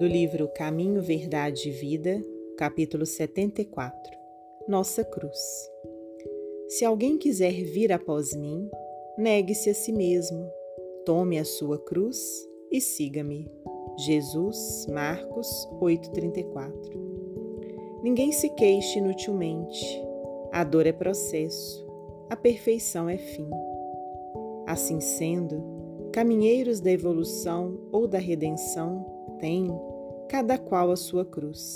do livro Caminho, Verdade e Vida, capítulo 74. Nossa cruz. Se alguém quiser vir após mim, negue-se a si mesmo, tome a sua cruz e siga-me. Jesus, Marcos 8,34. Ninguém se queixe inutilmente. A dor é processo, a perfeição é fim. Assim sendo, caminheiros da evolução ou da redenção têm, cada qual a sua cruz.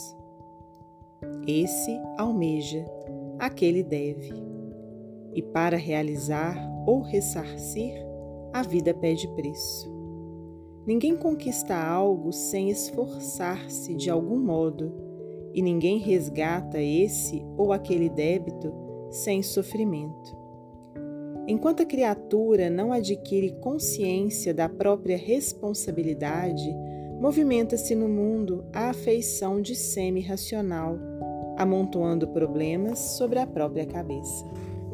Esse almeja, aquele deve. E para realizar ou ressarcir, a vida pede preço. Ninguém conquista algo sem esforçar-se de algum modo, e ninguém resgata esse ou aquele débito sem sofrimento. Enquanto a criatura não adquire consciência da própria responsabilidade, movimenta-se no mundo a afeição de semi-racional, amontoando problemas sobre a própria cabeça.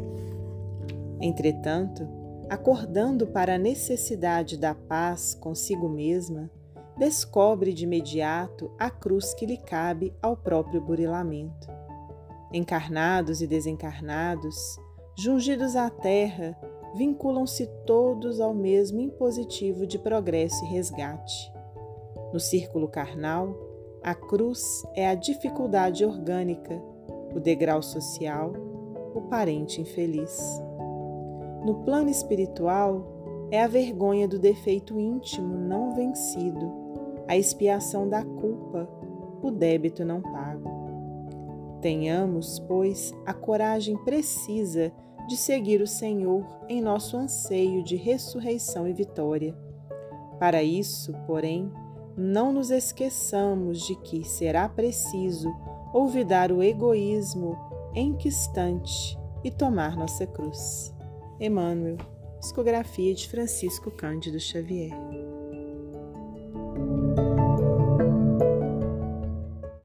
Entretanto, acordando para a necessidade da paz consigo mesma, descobre de imediato a cruz que lhe cabe ao próprio burilamento. Encarnados e desencarnados, jungidos à terra, vinculam-se todos ao mesmo impositivo de progresso e resgate. No círculo carnal, a cruz é a dificuldade orgânica, o degrau social, o parente infeliz. No plano espiritual, é a vergonha do defeito íntimo não vencido, a expiação da culpa, o débito não pago. Tenhamos, pois, a coragem precisa de seguir o Senhor em nosso anseio de ressurreição e vitória. Para isso, porém, não nos esqueçamos de que será preciso olvidar o egoísmo enquistante e tomar nossa cruz. Emmanuel, psicografia de Francisco Cândido Xavier.